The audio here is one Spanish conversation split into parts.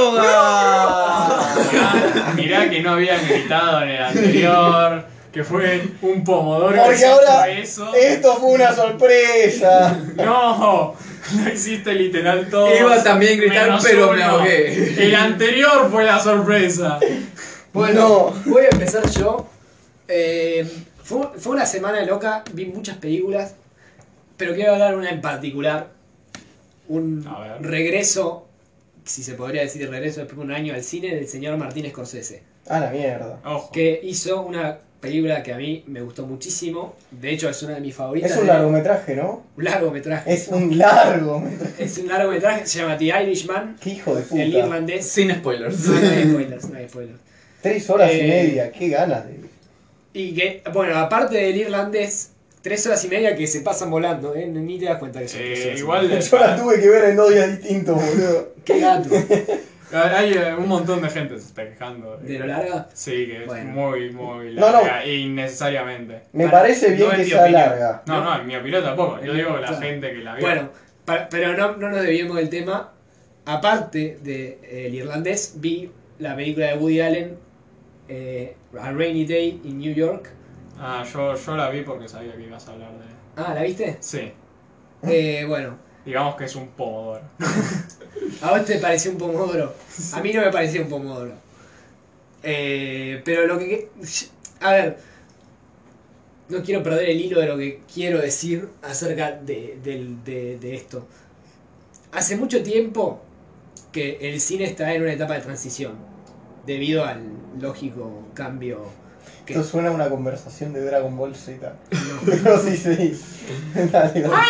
¡Yoda! Mirá que no habían gritado en el anterior, que fue un pomodoro. Porque ahora esto fue una sorpresa. No hiciste literal todo. Iba también a gritar, menos pero uno. me ahogué. El anterior fue la sorpresa. Bueno, voy a empezar yo. Fue una semana loca, vi muchas películas, pero quiero hablar una en particular. Un A ver. regreso, si se podría decir regreso después de un año al cine, del señor Martin Scorsese, A la mierda. Ojo. que hizo una película que a mí me gustó muchísimo. De hecho, es una de mis favoritas. Es un largometraje, ¿no? Un largometraje. Es un largometraje. Es un largometraje, se llama The Irishman, Qué hijo de puta. el irlandés. Sin spoilers. No hay spoilers, no hay spoilers. 3 horas y Eh, media, qué ganas de... Y que, bueno, aparte del irlandés, 3 horas y media que se pasan volando, ni te das cuenta que son 3 horas. Igual Yo la tuve que ver en 2 días distintos, boludo. Qué gato. hay un montón de gente que se está quejando. ¿De lo larga? Sí, que Bueno. es muy No, larga innecesariamente. Me Para- parece bien no es que mi sea opinión. larga. No, en mi opinión tampoco. Yo digo la Claro. gente que la vio. Bueno, pero no nos desviemos del tema. Aparte de el irlandés, vi la película de Woody Allen, A Rainy Day in New York. Yo la vi porque sabía que ibas a hablar de... Ah, ¿la viste? Sí, Bueno, digamos que es un pomodoro. a vos te pareció un pomodoro. A mí no me pareció un pomodoro. Pero lo que... A ver, no quiero perder el hilo de lo que quiero decir acerca de esto. Hace mucho tiempo que el cine está en una etapa de transición, debido al lógico cambio que... Esto suena a una conversación de Dragon Ball Z. Pero sí. Dale, dale.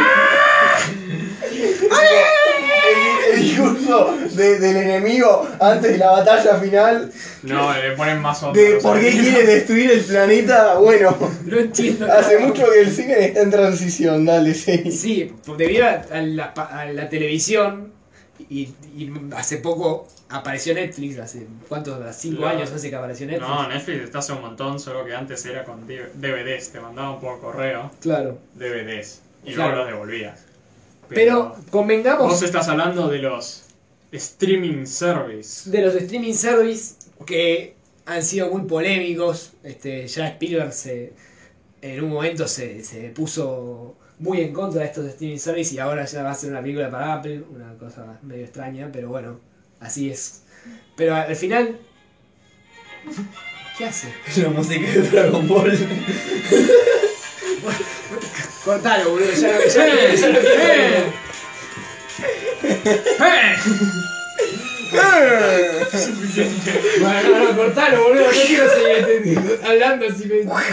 El discurso del enemigo antes de la batalla final No, le ponen más onda. de por qué quiere destruir el planeta. Bueno, No entiendo. hace mucho que el cine está en transición, dale, sí. Sí, debido a la televisión y hace poco apareció Netflix, hace ¿cuántos? 5 Claro. años hace que apareció Netflix. No, Netflix está hace un montón, solo que antes era con DVDs. Te mandaban por correo Claro. DVDs y Claro. luego los devolvías. Pero convengamos Vos estás hablando de los streaming service. de los streaming service que han sido muy polémicos. Ya Spielberg en un momento se puso muy en contra de estos streaming service y ahora ya va a ser una película para Apple, una cosa medio extraña, pero bueno, así es. Pero al final... ¿Qué hace? La música de Dragon Ball. Cortalo, boludo, ya lo quiero. Bueno, no, cortalo, boludo, no quiero seguir hablando así.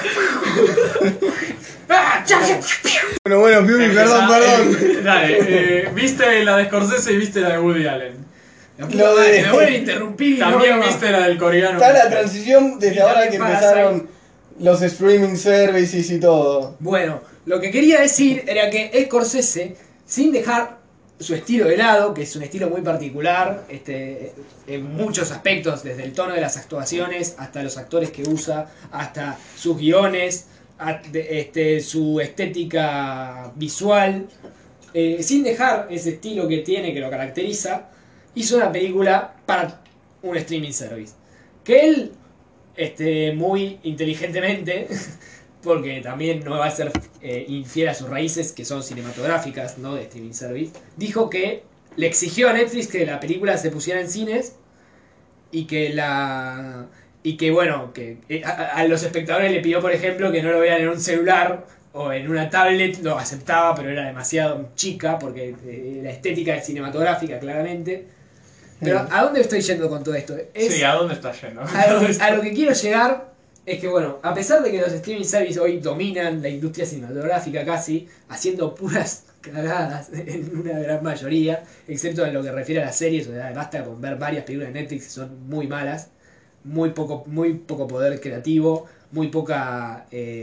Bueno, Piumi, perdón. Dale, viste la de Scorsese y viste la de Woody Allen. La puta Lo madre, de- me vuelve a interrumpir. También no, viste la del coreano. Está la transición desde Y ahora también que Parasite. empezaron los streaming services y todo. Bueno, lo que quería decir era que Scorsese, sin dejar su estilo de lado, que es un estilo muy particular, en muchos aspectos, desde el tono de las actuaciones, hasta los actores que usa, hasta sus guiones, su estética visual, sin dejar ese estilo que tiene, que lo caracteriza, hizo una película para un streaming service. Que él, muy inteligentemente, porque también no va a ser infiel a sus raíces, que son cinematográficas, no de streaming service, dijo que le exigió a Netflix que la película se pusiera en cines y que bueno, que a los espectadores le pidió, por ejemplo, que no lo vean en un celular o en una tablet. Lo aceptaba, pero era demasiado chica, porque la estética es cinematográfica, claramente. Pero ¿a dónde estoy yendo con todo esto? Sí, ¿a dónde estás yendo? A lo que quiero llegar es que, bueno, a pesar de que los streaming services hoy dominan la industria cinematográfica casi, haciendo puras cagadas en una gran mayoría, excepto en lo que refiere a las series, o sea, basta con ver varias películas de Netflix que son muy malas, muy poco poder creativo, muy poca...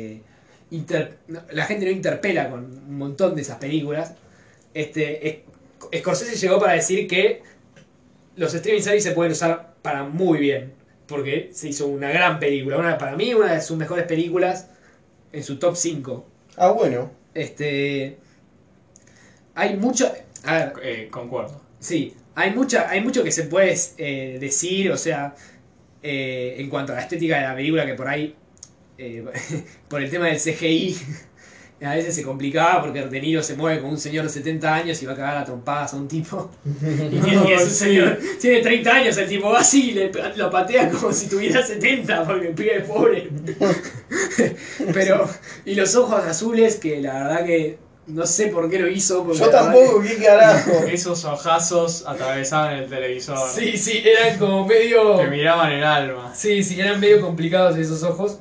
la gente no interpela con un montón de esas películas. Scorsese llegó para decir que los streaming services se pueden usar para muy bien, porque se hizo una gran película, para mí una de sus mejores películas, en su top 5. Ah, bueno. Hay mucho... A ver, Concuerdo. sí, hay mucho que se puede decir, o sea, en cuanto a la estética de la película, que por ahí, por el tema del CGI, a veces se complicaba porque De Niro se mueve como un señor de 70 años y va a cagar a trompadas a un tipo. Y es un señor, tiene 30 años, el tipo va así y lo patea como si tuviera 70 porque el pibe es pobre. Pero, y los ojos azules, que la verdad que no sé por qué lo hizo. Porque Yo tampoco, ¿qué carajo? Esos ojazos atravesaban el televisor. Sí, eran como medio... Te miraban el alma. Sí, eran medio complicados esos ojos.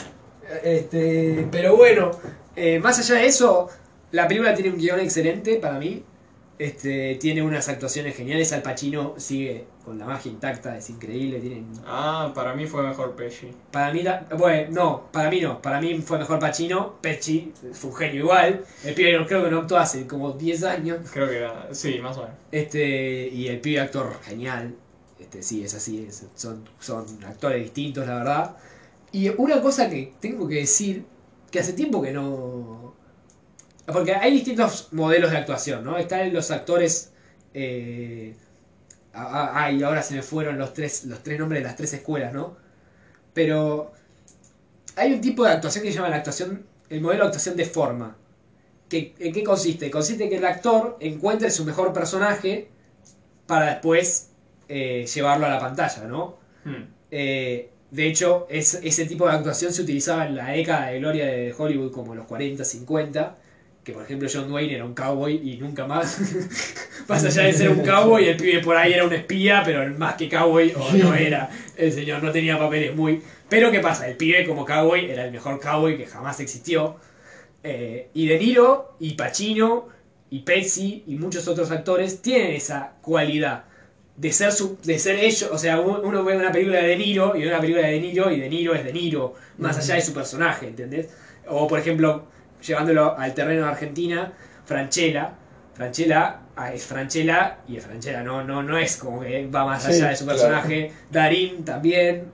Pero bueno, más allá de eso, la película tiene un guión excelente para mí. Tiene unas actuaciones geniales. Al Pacino sigue con la magia intacta, es increíble. Para mí fue mejor Pesci. Para mí, no. Para mí fue mejor Pacino. Pesci fue un genio igual. El pibe creo que no actuó hace como 10 años. Creo que era, sí, más o menos. Y el pibe actor genial. Sí, es así. Son actores distintos, la verdad. Y una cosa que tengo que decir, que hace tiempo que no... Porque hay distintos modelos de actuación, ¿no? Están los actores... y ahora se me fueron los tres nombres de las 3 escuelas, ¿no? Pero hay un tipo de actuación que se llama el modelo de actuación de forma. ¿En qué consiste? Consiste en que el actor encuentre su mejor personaje para después llevarlo a la pantalla, ¿no? De hecho, ese tipo de actuación se utilizaba en la década de gloria de Hollywood, como los 40, 50, que por ejemplo John Wayne era un cowboy y nunca más, más allá de ser un cowboy, el pibe por ahí era un espía, pero más que cowboy no era, el señor no tenía papeles muy... Pero ¿qué pasa? El pibe como cowboy era el mejor cowboy que jamás existió, y De Niro, y Pacino, y Pesci, y muchos otros actores tienen esa cualidad de ser ellos. O sea, uno ve una película de Niro y una película de De Niro y De Niro es De Niro, más allá de su personaje, ¿entendés? O por ejemplo, llevándolo al terreno de Argentina, Francella es Francella y es Francella, no es como que va más allá de su personaje. Claro. Darín también,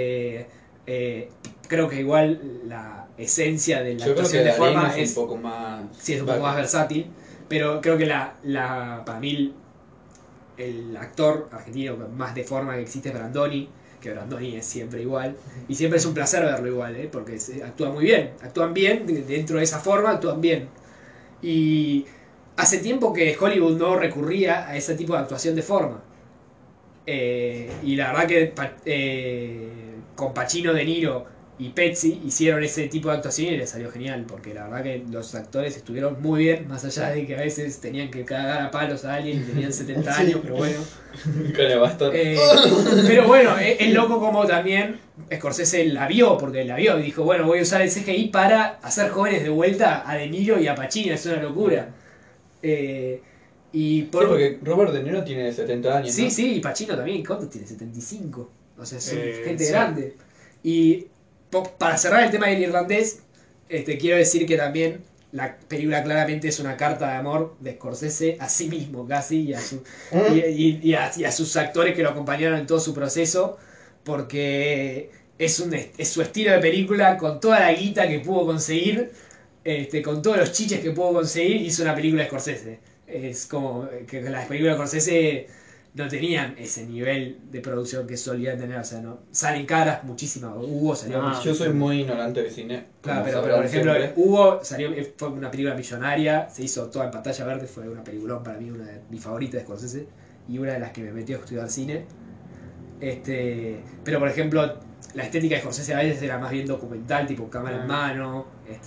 creo que igual la esencia de la actuación de forma es un poco más... Sí, es un poco más versátil, pero creo que para mí el actor argentino más de forma que existe es Brandoni, que Brandoni es siempre igual, y siempre es un placer verlo igual, porque actúa muy bien, actúan bien, dentro de esa forma actúan bien. Y hace tiempo que Hollywood no recurría a ese tipo de actuación de forma. Y la verdad que con Pacino, De Niro y Pesci hicieron ese tipo de actuación y les salió genial, porque la verdad que los actores estuvieron muy bien, más allá de que a veces tenían que cagar a palos a alguien y tenían 70 años, pero bueno. Con el bastón. Pero bueno, es loco como también Scorsese la vio, porque la vio y dijo, bueno, voy a usar el CGI para hacer jóvenes de vuelta a De Niro y a Pacino, es una locura. Porque Robert De Niro tiene 70 años, Sí, ¿no? sí, y Pacino también, ¿cuánto tiene? 75. O sea, son gente grande. Y para cerrar el tema del irlandés, quiero decir que también la película claramente es una carta de amor de Scorsese a sí mismo casi y a sus actores que lo acompañaron en todo su proceso, porque es su estilo de película, con toda la guita que pudo conseguir, con todos los chiches que pudo conseguir, hizo una película de Scorsese. Es como que las películas de Scorsese no tenían ese nivel de producción que solían tener, o sea, no salen caras muchísimas. Hugo salió Yo soy muy ignorante de cine. Claro, pero por ejemplo, Hugo fue una película millonaria, se hizo toda en pantalla verde, fue una peliculón para mí, una de mis favoritas de Scorsese y una de las que me metió a estudiar cine. Pero por ejemplo, la estética de Scorsese a veces era más bien documental, tipo cámara en mano,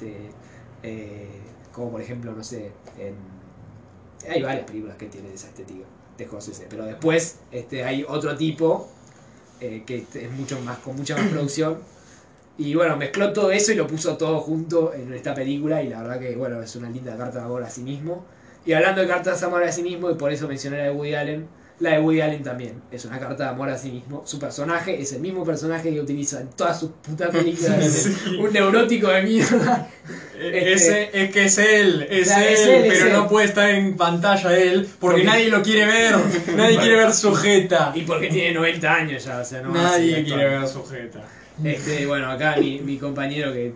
como por ejemplo, no sé, hay varias películas que tienen esa estética de Scorsese, pero después hay otro tipo que es mucho más, con mucha más producción, y bueno, mezcló todo eso y lo puso todo junto en esta película, y la verdad que bueno, es una linda carta de amor a sí mismo. Y hablando de cartas de amor a sí mismo, y por eso mencioné la de Woody Allen, la de Woody Allen también es una carta de amor a sí mismo. Su personaje es el mismo personaje que utiliza en todas sus putas películas. Sí. Un neurótico de mierda. Es que es él, pero no puede estar en pantalla él, porque nadie lo quiere ver, nadie quiere ver su jeta. Y porque tiene 90 años ya, o sea, no nadie quiere ver su jeta. Bueno, acá mi compañero que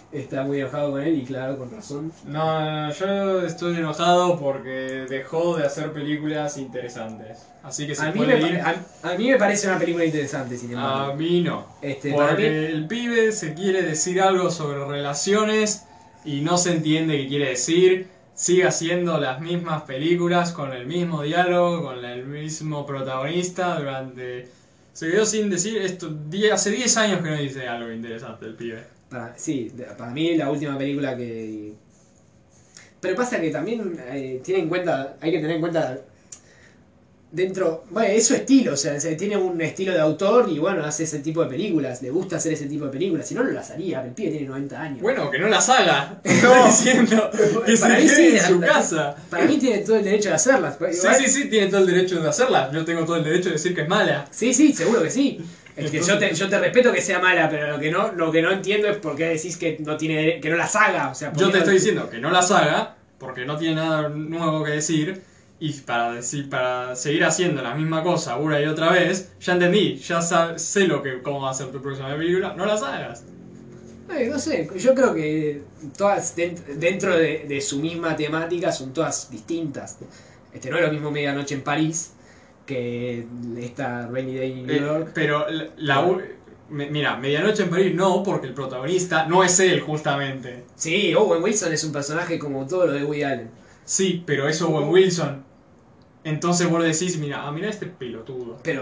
está muy enojado con él y claro, con razón. No, yo estoy enojado porque dejó de hacer películas interesantes. Así que se A mí, puede ir. a mí me parece una película interesante, sin embargo. A mí no. Para Porque mí- el pibe se quiere decir algo sobre relaciones y no se entiende qué quiere decir. Sigue haciendo las mismas películas con el mismo diálogo, con el mismo protagonista durante... Se quedó sin decir esto. Hace 10 años que no dice algo interesante el pibe. Para mí la última película que... Pero pasa que también hay que tener en cuenta dentro... Bueno, es su estilo, o sea, tiene un estilo de autor y bueno, hace ese tipo de películas, le gusta hacer ese tipo de películas, si no, no las haría, el pibe tiene 90 años. Bueno, que no las haga. Estoy diciendo que se Para mí quede sí, en su casa. Para mí tiene todo el derecho de hacerlas. Sí, tiene todo el derecho de hacerlas. Yo tengo todo el derecho de decir que es mala. Sí, seguro que sí. Es que yo te respeto que sea mala, pero lo que no entiendo es por qué decís que no las haga. O sea, ¿por Yo qué te no- estoy diciendo que no las haga porque no tiene nada nuevo que decir. Y para seguir haciendo la misma cosa una y otra vez, ya entendí, ya sé cómo va a ser tu próxima película, no las hagas. No sé, yo creo que todas dentro de su misma temática son todas distintas. No es lo mismo Medianoche en París que esta Rainy Day in New York. Pero mira, Medianoche en París no, porque el protagonista no es él justamente. Sí, Owen Wilson es un personaje como todo lo de Woody Allen. Sí, pero es Owen Wilson. Entonces vos le decís, mira este pelotudo. Pero...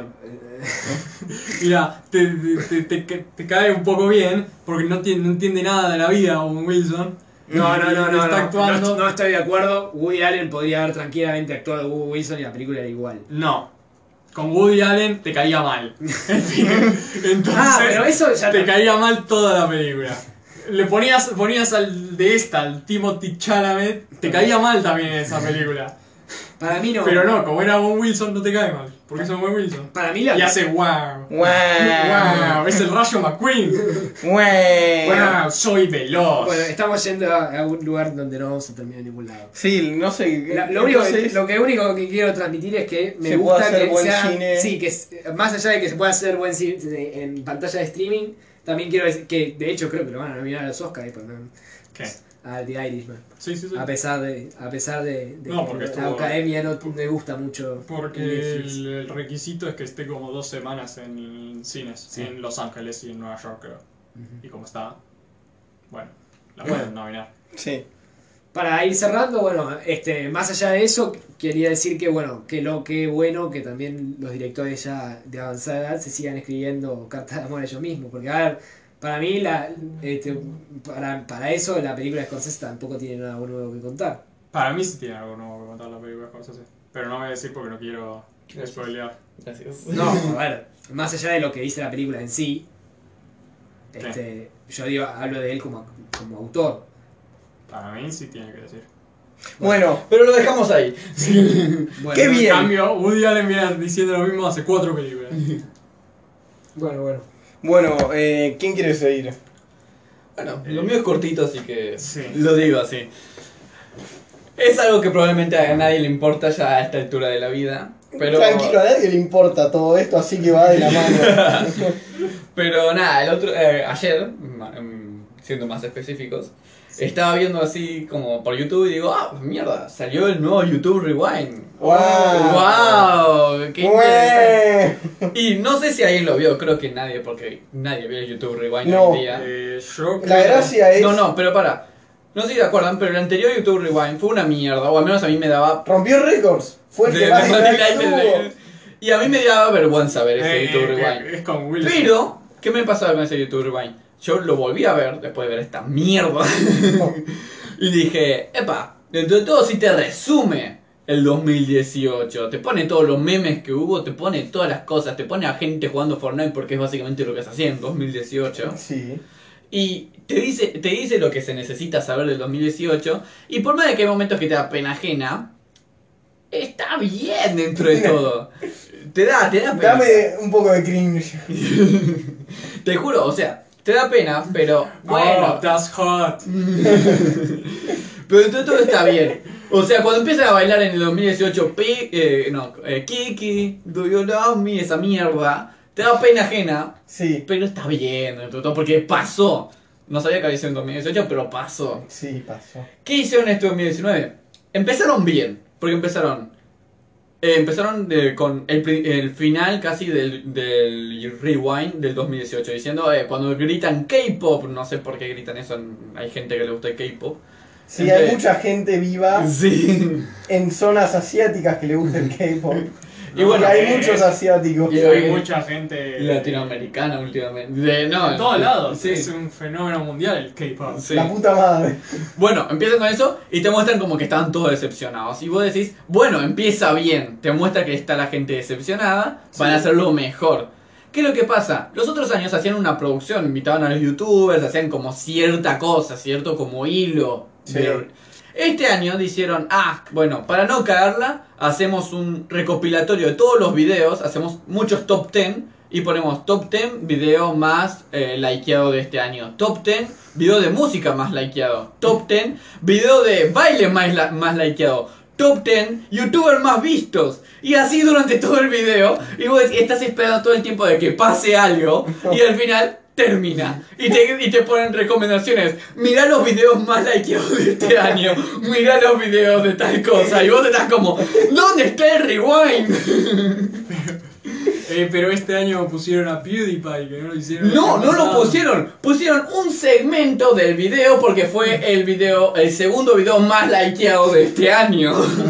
Mira, te cae un poco bien porque no entiende nada de la vida Owen Wilson. No, Está actuando. no estoy de acuerdo. Woody Allen podría haber tranquilamente actuado de Owen Wilson y la película era igual. No. Con Woody Allen te caía mal. Entonces, pero eso ya te caía mal toda la película. Le ponías al Timothy Chalamet, te caía mal también en esa película. Para mí no. Pero no, como era Owen Wilson no te cae mal, porque es Owen Wilson. Para mí Y hace wow. Wow, es el Rayo McQueen. Wow, soy veloz. Bueno, estamos yendo a un lugar donde no vamos a terminar en ningún lado. Sí, no sé. Lo único que quiero transmitir es que me Se gusta puede hacer que buen sea. cine. Sí, más allá de que se pueda hacer buen cine en pantalla de streaming, también quiero decir que de hecho creo que lo van a nominar a los Oscars ¿Qué? a The Irishman. Sí. A pesar de No, porque que la estuvo- academia no le gusta mucho. Porque Netflix. el requisito es que esté como 2 semanas en cines, Sí. en Los Ángeles y en Nueva York, creo. Ujú. Y como está, bueno, la pueden nominar. Sí. Para ir cerrando, bueno, más allá de eso, quería decir que bueno, que también los directores ya de avanzada edad se sigan escribiendo cartas de amor a ellos mismos, porque a ver, para mí para eso la película de Scorsese tampoco tiene nada nuevo que contar. Para mí sí tiene algo nuevo que contar la película, cosas así. Pero no voy a decir porque no quiero spoilear. Gracias. No, a ver, más allá de lo que dice la película en sí, yo hablo de él como autor. Para mí sí tiene que decir. Bueno, Pero lo dejamos ahí. Bueno, Qué bien. En cambio, Woody Allen viene diciendo lo mismo hace 4 películas. bueno, ¿quién quiere seguir? Bueno, lo mío es cortito, así que Sí. lo digo así. Es algo que probablemente a nadie le importa ya a esta altura de la vida. Pero, Tranquilo, a nadie le importa todo esto, así que va de la mano. pero nada, ayer, siendo más específicos, estaba viendo así como por YouTube y digo, mierda, salió el nuevo YouTube Rewind. ¡Wow! ¡Wow! ¡Qué interesante! ¡Bue! Y no sé si alguien lo vio, creo que nadie, porque nadie ve el YouTube Rewind No. hoy en día. Yo La gracia es. No, pero para. No sé si te acuerdan, pero el anterior YouTube Rewind fue una mierda, o al menos a mí me daba. Rompió récords. Fue el de- que de más Monty likes Python, tuvo. y a mí me daba vergüenza ver ese YouTube Rewind. es con Will. Pero, ¿qué me pasaba con ese YouTube Rewind? Yo lo volví a ver después de ver esta mierda. Y dije, epa, dentro de todo si te resume el 2018. Te pone todos los memes que hubo, te pone todas las cosas, te pone a gente jugando Fortnite porque es básicamente lo que se hacía en 2018. Sí. Y te dice lo que se necesita saber del 2018. Y por más de que hay momentos que te da pena ajena, está bien dentro de todo. Te da pena. Dame un poco de cringe. Te juro, o sea, te da pena, pero bueno. Oh, that's hot. Pero dentro de todo está bien. O sea, cuando empiezan a bailar en el 2018, Kiki, Do You Love Me, esa mierda, te da pena ajena, Sí. pero está bien dentro de todo, porque pasó. No sabía que había sido en 2018, pero pasó. Sí, pasó. ¿Qué hicieron este 2019? Empezaron bien, porque empezaron con el final casi del Rewind del 2018, diciendo cuando gritan K-pop, no sé por qué gritan eso, hay gente que le gusta el K-pop. Sí, hay mucha gente viva Sí. en zonas asiáticas que le gusta el K-pop. Y bueno, hay muchos asiáticos. y Hay mucha gente latinoamericana últimamente. en todos lados. Sí. Es un fenómeno mundial el K-pop. Sí. La puta madre. Bueno, empiezan con eso y te muestran como que estaban todos decepcionados. Y vos decís, bueno, empieza bien. Te muestra que está la gente decepcionada, van a hacerlo mejor. ¿Qué es lo que pasa? Los otros años hacían una producción, invitaban a los youtubers, hacían como cierta cosa, cierto como hilo. Sí. Pero este año dijeron, bueno, para no cagarla, hacemos un recopilatorio de todos los videos, hacemos muchos top 10 y ponemos top 10 video más likeado de este año, top 10 video de música más likeado, top 10 video de baile más likeado, top 10 youtubers más vistos. Y así durante todo el video, y vos estás esperando todo el tiempo de que pase algo, y al final termina. Y te ponen recomendaciones. Mirá los videos más likeados de este año. Mirá los videos de tal cosa. Y vos estás como, ¿dónde está el rewind? Pero este año pusieron a PewDiePie, que no lo hicieron. No, el no año lo pasado. pusieron. Pusieron un segmento del video porque fue el segundo video más likeado de este año.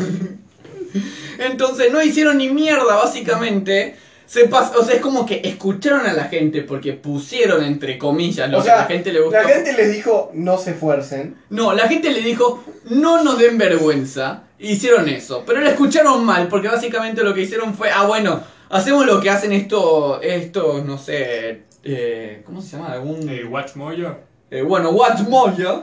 Entonces no hicieron ni mierda, básicamente. O sea, es como que escucharon a la gente porque pusieron entre comillas lo O que sea, a la gente le gustó. la gente les dijo, no se esfuercen. No, la gente le dijo, no nos den vergüenza. Hicieron eso, pero lo escucharon mal porque básicamente lo que hicieron fue, bueno, hacemos lo que hacen estos, no sé, ¿cómo se llama? Watch Mojo. Bueno, Watchmojo.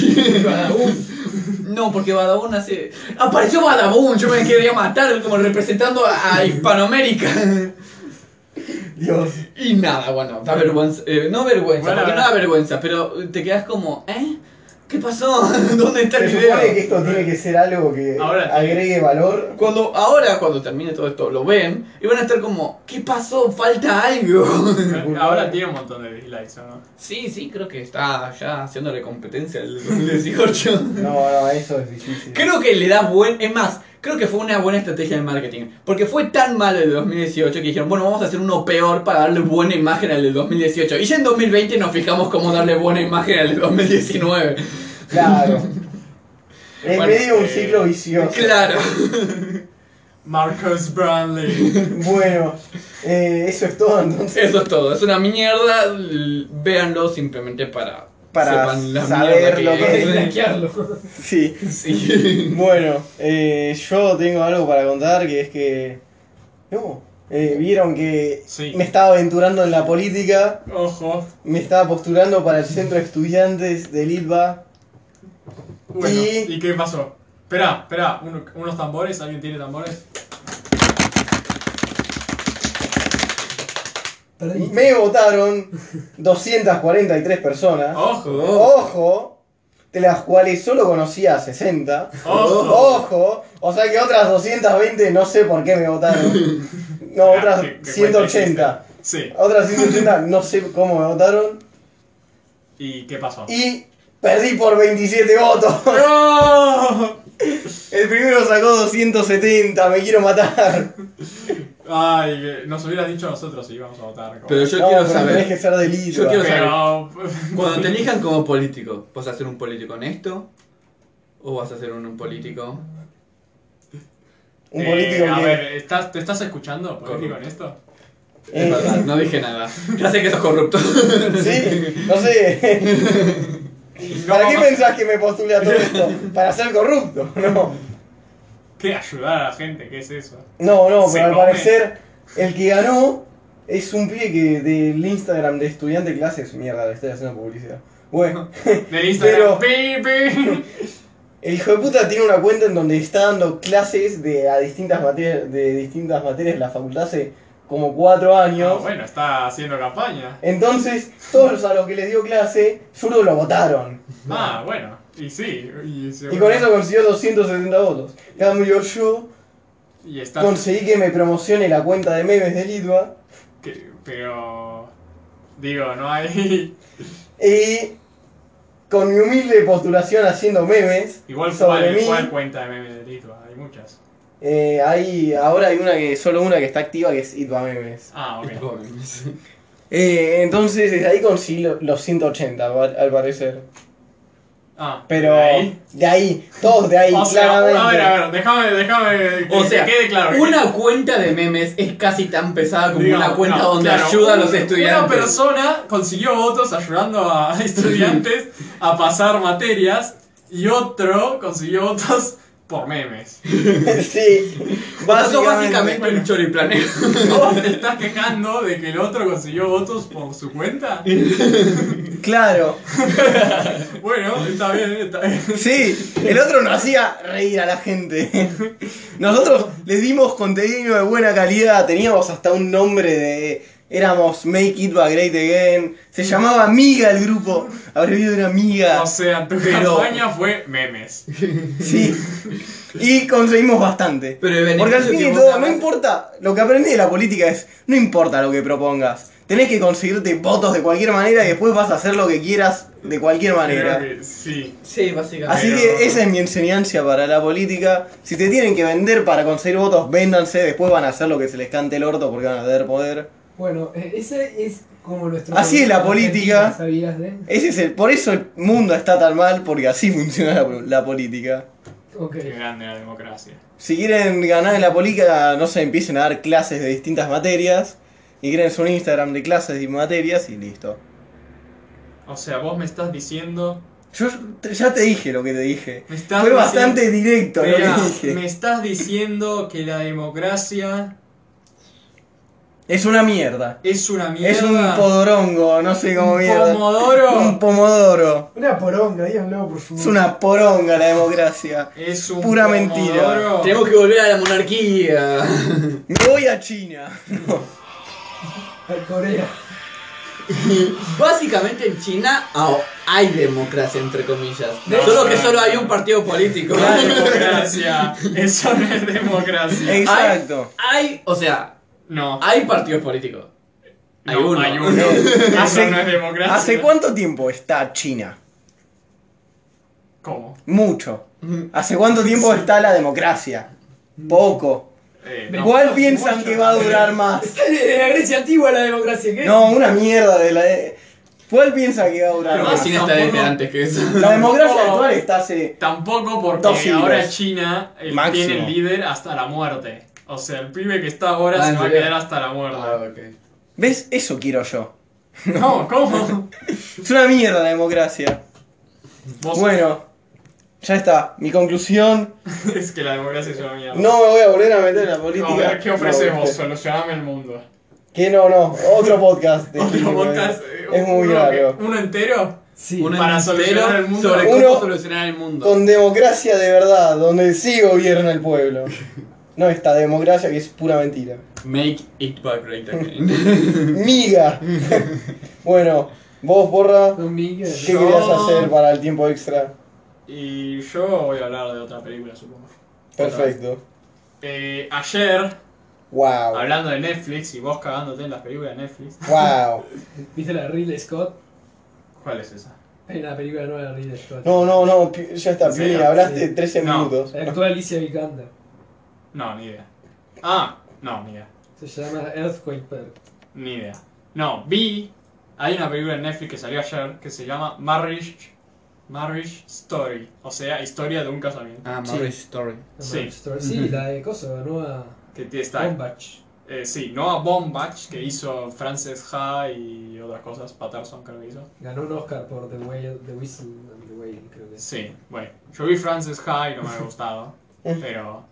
No, porque Badabun hace... Apareció Badabun, yo me quería matar como representando a Hispanoamérica. Dios. Y nada, bueno, da vergüenza. No vergüenza, Bueno, porque no da vergüenza, pero te quedas como, ¿qué pasó? ¿Dónde está el Se video? supone que esto tiene que ser algo que Ahora agregue valor. Cuando termine todo esto, lo ven y van a estar como, ¿qué pasó? Falta algo. Ahora tiene un montón de dislikes, ¿o no? Sí, creo que está ya haciéndole competencia al 2018. No, eso es difícil. Creo que le da es más, creo que fue una buena estrategia de marketing. Porque fue tan malo el de 2018 que dijeron, bueno, vamos a hacer uno peor para darle buena imagen al de 2018. Y ya en 2020 nos fijamos cómo darle buena imagen al de 2019. Claro. En Bueno, medio de un ciclo vicioso. Claro. Marcus Brownlee. Bueno, eso es todo entonces. Eso es todo. Es una mierda. Véanlo simplemente para sepan la saber mierda lo que es. Blanquearlo. Sí. Sí. Bueno, yo tengo algo para contar que es que... No, vieron que Sí. me estaba aventurando en la política, Ojo. me estaba postulando para el centro de estudiantes del ITBA. Bueno, Y- ¿y qué pasó? Esperá, unos tambores, ¿alguien tiene tambores? Perdí. Me votaron 243 personas. Ojo. Ojo, de las cuales solo conocía 60. Ojo. Ojo, o sea que otras 220 no sé por qué me votaron. No, otras ¿Qué 180. Sí. Otras 180 no sé cómo me votaron. ¿Y qué pasó? Y perdí por 27 votos. ¡No! El primero sacó 270, me quiero matar. Ay, nos hubieras dicho a nosotros si íbamos a votar. Pero yo No, quiero pero tenés que saber. ser delito. Yo quiero Pero... Cuando te elijan como político, ¿vas a ser un político honesto? ¿O vas a ser un político? Un político a que... ver, ¿te estás escuchando político en esto? Es verdad, no dije nada. Ya sé que sos corrupto. Sí, no sé. No, ¿Para qué pensás que me postulé a todo esto? ¿Para ser corrupto? No. ¿Qué ayudar a la gente? ¿Qué es eso? No, Se pero al come. parecer el que ganó es un pibe que del Instagram de estudiante de clases. Mierda, le estoy haciendo publicidad. Bueno, Del Instagram. Pero- Pi. el hijo de puta tiene una cuenta en donde está dando clases a distintas materias en la facultad hace como 4 años. Ah, bueno, está haciendo campaña. Entonces, todos a los que les dio clase, solo lo votaron. Ah, bueno. Y sí. Y con eso consiguió 270 votos. En cambio yo Y está... conseguí que me promocione la cuenta de memes de Litva. Pero... Digo, no hay... Y con mi humilde postulación haciendo memes Igual, sobre mí. ¿cuál cuenta de memes de Litva? Hay muchas. Ahora hay solo una que está activa, que es Itba Memes. Ah, ok. Entonces desde ahí conseguí los 180 al parecer. Ah, Pero ahí. de ahí, todos de ahí, O sea, claramente. a ver, déjame O que sea, quede claro. una cuenta de memes es casi tan pesada como Digamos, una cuenta no, donde claro, ayuda a los estudiantes. Una persona consiguió votos ayudando a estudiantes a pasar materias y otro consiguió votos por memes. Sí, O sea, sos básicamente un choriplanero. ¿Vos te estás quejando de que el otro consiguió votos por su cuenta? Claro. Bueno, está bien, está bien. Sí, el otro nos hacía reír a la gente. Nosotros les dimos contenido de buena calidad, teníamos hasta un nombre de... Éramos Make It Back Great Again, se llamaba Miga el grupo, abreviado de una miga. O sea, tu Pero- campaña fue memes. Sí, y conseguimos bastante. Pero el Porque al beneficio fin que y vos todo, dabas- no importa, lo que aprendí de la política es, no importa lo que propongas, tenés que conseguirte votos de cualquier manera y después vas a hacer lo que quieras de cualquier manera. Creo que sí. Sí, básicamente. Así Pero- que esa es mi enseñanza para la política. Si te tienen que vender para conseguir votos, véndanse, después van a hacer lo que se les cante el orto porque van a tener poder. Bueno, ese es como nuestro... Así es la Argentina, política. ¿Sabías Ese es por eso el mundo está tan mal, porque así funciona la política. Ok. Qué grande la democracia. Si quieren ganar en la política, no sé, empiecen a dar clases de distintas materias. Y creen un Instagram de clases y materias y listo. O sea, vos me estás diciendo... Yo ya te dije lo que te dije. Me estás Fue diciendo- bastante directo lo Espera, que dije. me estás diciendo que la democracia Es una mierda. es una mierda. Es un podorongo, no sé cómo ¿Un mierda. pomodoro? Un pomodoro. Una poronga, díganlo por favor. Es una poronga la democracia. Es un Pura pomodoro. mentira. Tenemos que volver a la monarquía. Me voy a China. A Corea. Básicamente en China hay democracia, entre comillas. De Solo hecho- que solo hay un partido político. No es democracia. Eso no es democracia. Exacto. O sea, No. hay partidos políticos. Hay No, uno. Hay uno. Hace- Eso no es democracia. ¿Hace cuánto tiempo está China? ¿Cómo? Mucho. ¿Hace cuánto tiempo está la democracia? Poco. No. ¿Cuál piensan que va a durar más? De la Grecia antigua la democracia, ¿qué? No, una mierda de la... ¿Cuál piensa que va a durar Creo que más? China está desde antes que eso. La democracia Tampoco- actual está hace... Tampoco porque 2 siglos. ahora China Máximo. tiene el líder hasta la muerte. O sea, el pibe que está ahora Ah, se ¿en va a serio? quedar hasta la muerte. ok. ¿Ves? Eso quiero yo. No, ¿cómo? Es una mierda la democracia. Vos Bueno, ya está. Mi conclusión. es que la democracia es una mierda. No me voy a volver a meter en la política. A ver, ¿qué ofrecemos? No, Solucioname el mundo. que no. Otro podcast. de Otro Chile, podcast. Es muy uno que- largo. ¿Uno entero? Sí. Un Para entero solucionar el mundo. sobre Uno- cómo solucionar el mundo. Con democracia de verdad, donde sí gobierna el pueblo. No esta democracia que es pura mentira. Make it back great again. Miga. Bueno, vos, porra, Don Miguel. ¿qué Yo- querías hacer para el tiempo extra? Y yo voy a hablar de otra película, supongo. Perfecto. Ayer, Wow. hablando de Netflix y vos cagándote en las películas de Netflix. Wow. ¿Viste la de Ridley Scott? ¿Cuál es esa? Hay una película nueva de Ridley Scott. No, ya está, Sí, Piumi, hablaste sí. 13 No. minutos. Actúa Alicia Vikander. No, ni idea. Ah, no, ni idea. Se llama Earthquake Perk. Ni idea. No, hay una película en Netflix que salió ayer que se llama Marriage Story. O sea, historia de un casamiento. Ah, Sí. Marriage Story. Sí. Sí, la de Coso, la nueva Que está. Bombach. Sí, Noah Baumbach, que hizo Frances Ha y otras cosas. Patterson creo que hizo. Ganó un Oscar por The Whistle and the Whale, creo que es. Sí, bueno. Yo vi Frances Ha y no me ha gustado. Pero...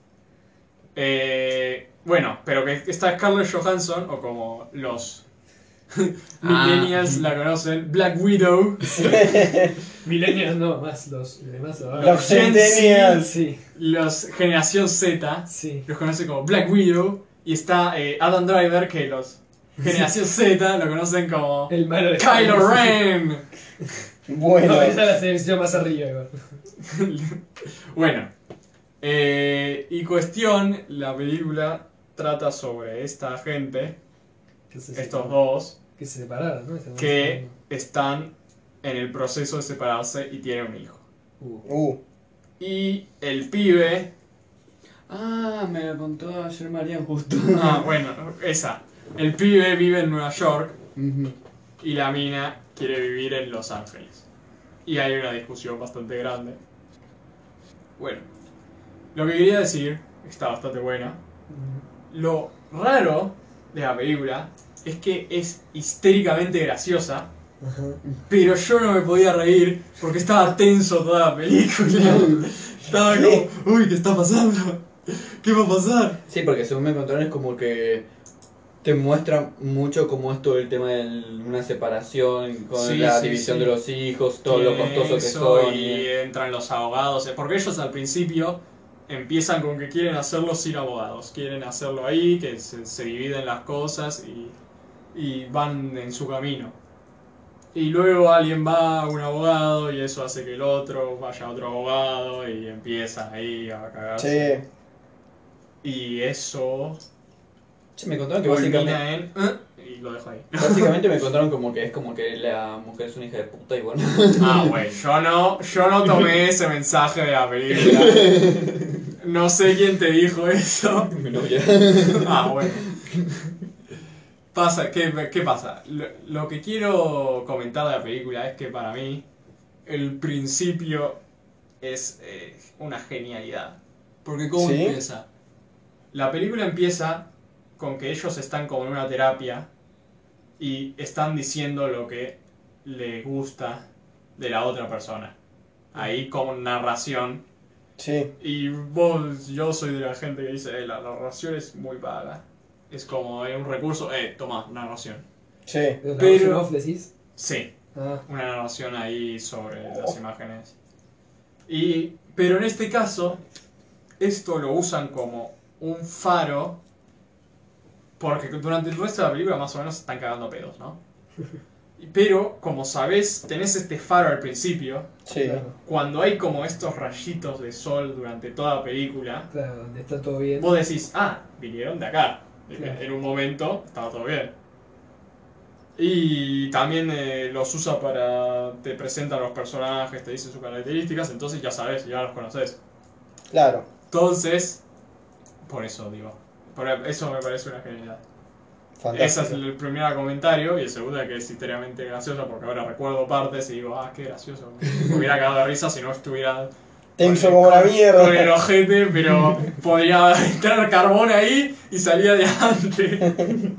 bueno, pero que está Scarlett Johansson, o como los millennials la conocen, Black Widow. Millennials no, más los demás ahora. Los Centennials. Sí, Los Generación Z sí. los conocen como Black Widow. Y está Adam Driver, que los Generación Z lo conocen como El malo de Kylo Ren. Bueno. No, esa es la selección más arriba igual. Bueno, y cuestión, la película trata sobre esta gente, Que se estos separaron. dos, Que se separaron, ¿no? que están en el proceso de separarse y tiene un hijo. Uh, Y el pibe... Ah, me lo contó ayer Marian justo. bueno, esa. El pibe vive en Nueva York Ujú. y la mina quiere vivir en Los Ángeles. Y hay una discusión bastante grande. Bueno, lo que quería decir, está bastante buena. Lo raro de la película es que es histéricamente graciosa, pero yo no me podía reír porque estaba tenso toda la película. Estaba como, uy, ¿qué está pasando? ¿Qué va a pasar? Sí, porque según me contaron es como que te muestra mucho cómo es todo el tema de una separación, con Sí, la sí, división sí. de los hijos, todo lo Tiene costoso que eso son. y entran los abogados, porque ellos al principio empiezan con que quieren hacerlo sin abogados, quieren hacerlo ahí, que se dividen las cosas y van en su camino. Y luego alguien va a un abogado y eso hace que el otro vaya a otro abogado y empieza ahí a cagarse. sí. Y eso Che, me contaron que básicamente, culmina en... y lo dejo ahí. básicamente me contaron como que es como que la mujer es una hija de puta y bueno. Ah, bueno, yo no tomé ese mensaje de la película. No sé quién te dijo eso. Mi novia. Ah, bueno. ¿Qué pasa? Lo que quiero comentar de la película es que para mí el principio es una genialidad. Porque ¿cómo ¿Sí? empieza? La película empieza con que ellos están como en una terapia y están diciendo lo que les gusta de la otra persona. Ahí con narración. Sí. Y yo soy de la gente que dice, la narración es muy vaga. Es como un recurso, toma, narración. Sí. ¿Pero Pero- off decís? Sí, Ah, una narración ahí sobre las imágenes. Pero en este caso, esto lo usan como un faro, porque durante el resto de la película más o menos se están cagando pedos, ¿no? Pero, como sabés, tenés este faro al principio, Sí. claro, cuando hay como estos rayitos de sol durante toda la película, claro, donde está todo bien. vos decís, vinieron de acá. Claro. En un momento estaba todo bien. Y también los usa te presenta a los personajes, te dice sus características, entonces ya sabes, ya los conoces. Claro. Entonces, por eso digo, eso me parece una genialidad. Ese es Fantástico. el primer comentario, y el segundo es que es histéricamente gracioso, porque ahora recuerdo partes y digo, qué gracioso. Me hubiera cagado de risa si no estuviera Tenso como la con el mierda. ojete, pero podría entrar carbón ahí y salía adelante.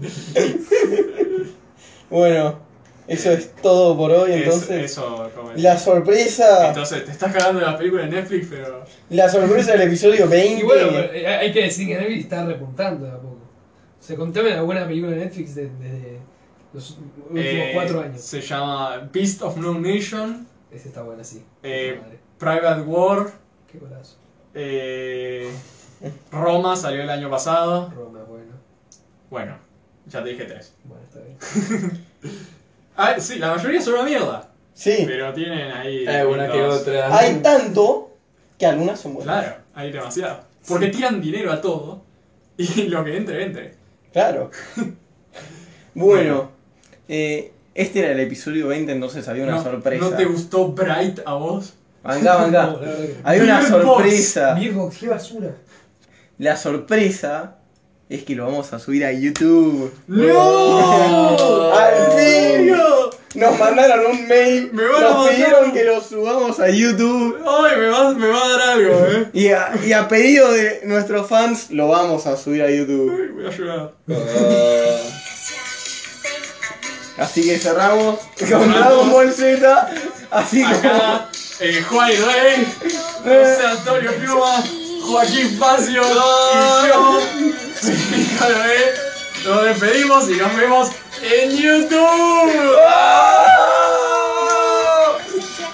Bueno, eso es todo por hoy, entonces. Eso, como- La sorpresa. Entonces, te estás cagando de la película de Netflix, pero... La sorpresa del episodio 20. Y bueno, hay que decir que Netflix está repuntando de a poco. Se contame alguna película de Netflix desde los últimos 4 años. Se llama Beast of No Nation, Ese está bueno, sí. Eh, Madre, Private War, qué golazo. Roma salió el año pasado. Roma, bueno. Bueno, ya te dije 3. Bueno, está bien. Sí, la mayoría son una mierda, Sí. pero tienen ahí... Una que lindos- otra. Hay tanto que algunas son buenas. Claro, hay demasiado. Porque tiran dinero a todo y lo que entre. Claro. Bueno, este era el episodio 20, entonces había una sorpresa. ¿No te gustó Bright a vos? Manga, No, manga. la verdad que no. Había una Beer Box. sorpresa. Virgo, qué basura. La sorpresa es que lo vamos a subir a YouTube. ¡No! ¡Al fin! ¡No! Nos mandaron un mail. Me van a Nos mandar. pidieron que lo subamos a YouTube. ¡Ay, me va a dar algo, Y a pedido de nuestros fans, lo vamos a subir a YouTube. Ay, voy a llorar. Así que cerramos con Dragon Ball Z. Así como. Acá, Juan y Rey, José Antonio Pluma, Joaquín Facio y yo, Federico Loé, nos despedimos y nos vemos en YouTube.